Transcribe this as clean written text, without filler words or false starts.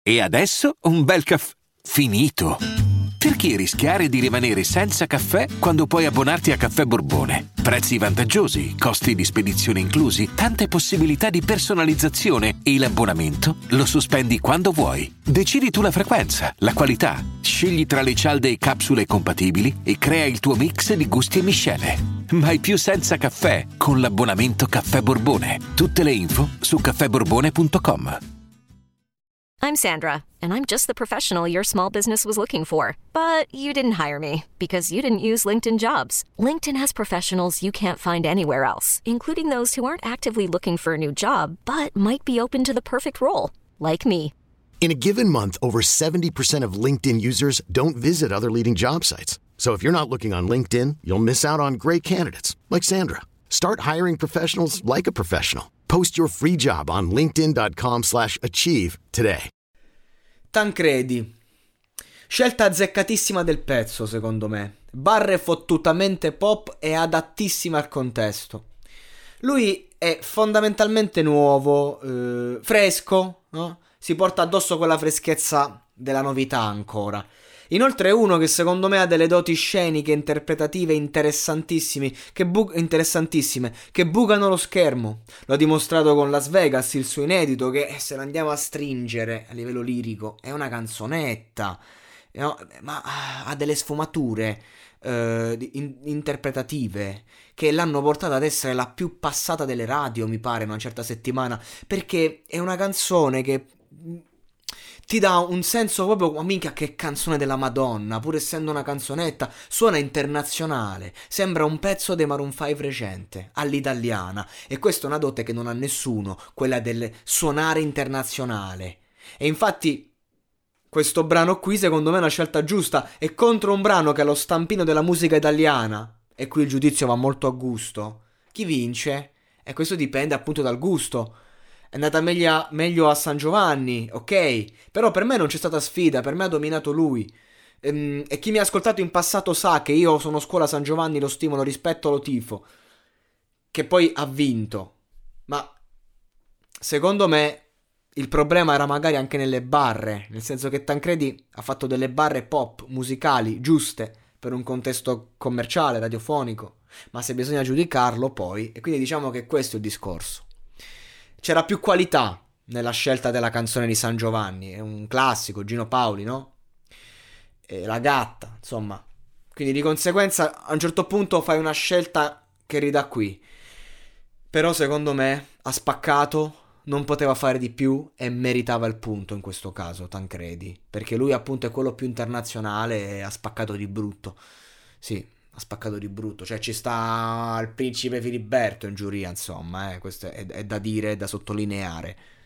E adesso un bel caffè finito. Perché rischiare di rimanere senza caffè quando puoi abbonarti a Caffè Borbone? Prezzi vantaggiosi, costi di spedizione inclusi, tante possibilità di personalizzazione e l'abbonamento lo sospendi quando vuoi. Decidi tu la frequenza, la qualità, scegli tra le cialde e capsule compatibili e crea il tuo mix di gusti e miscele. Mai più senza caffè con l'abbonamento Caffè Borbone. Tutte le info su caffèborbone.com. I'm Sandra, and I'm just the professional your small business was looking for. But you didn't hire me because you didn't use LinkedIn Jobs. LinkedIn has professionals you can't find anywhere else, including those who aren't actively looking for a new job, but might be open to the perfect role, like me. In a given month, over 70% of LinkedIn users don't visit other leading job sites. So if you're not looking on LinkedIn, you'll miss out on great candidates like Sandra. Start hiring professionals like a professional. Post your free job on linkedin.com/achieve today. Tancredi. Scelta azzeccatissima del pezzo, secondo me. Barre fottutamente pop e adattissime al contesto. Lui è fondamentalmente nuovo, fresco, no? Si porta addosso quella freschezza della novità ancora. Inoltre è uno che secondo me ha delle doti sceniche interpretative interessantissime che bucano lo schermo. Lo ha dimostrato con Las Vegas, il suo inedito, che se lo andiamo a stringere a livello lirico è una canzonetta, no? Ma ha delle sfumature interpretative che l'hanno portata ad essere la più passata delle radio, mi pare, in una certa settimana, perché è una canzone che ti dà un senso proprio, ma minchia che canzone della Madonna, pur essendo una canzonetta, suona internazionale, sembra un pezzo dei Maroon 5 recente, all'italiana, e questa è una dote che non ha nessuno, quella del suonare internazionale. E infatti questo brano qui secondo me è una scelta giusta, è contro un brano che ha lo stampino della musica italiana, e qui il giudizio va molto a gusto. Chi vince? E questo dipende appunto dal gusto. È andata meglio a San Giovanni, ok, però per me non c'è stata sfida, per me ha dominato lui. E chi mi ha ascoltato in passato sa che io sono scuola San Giovanni, lo stimo, lo rispetto, lo tifo, che poi ha vinto. Ma secondo me il problema era magari anche nelle barre, nel senso che Tancredi ha fatto delle barre pop, musicali, giuste per un contesto commerciale, radiofonico, ma se bisogna giudicarlo poi, e quindi diciamo che questo è il discorso. C'era più qualità nella scelta della canzone di San Giovanni, è un classico, Gino Paoli, no? E La gatta, insomma. Quindi di conseguenza a un certo punto fai una scelta che ridà qui. Però secondo me ha spaccato, non poteva fare di più e meritava il punto in questo caso Tancredi, perché lui appunto è quello più internazionale e ha spaccato di brutto. Sì, ha spaccato di brutto, cioè ci sta il principe Filiberto in giuria, insomma, questo è da dire, è da sottolineare.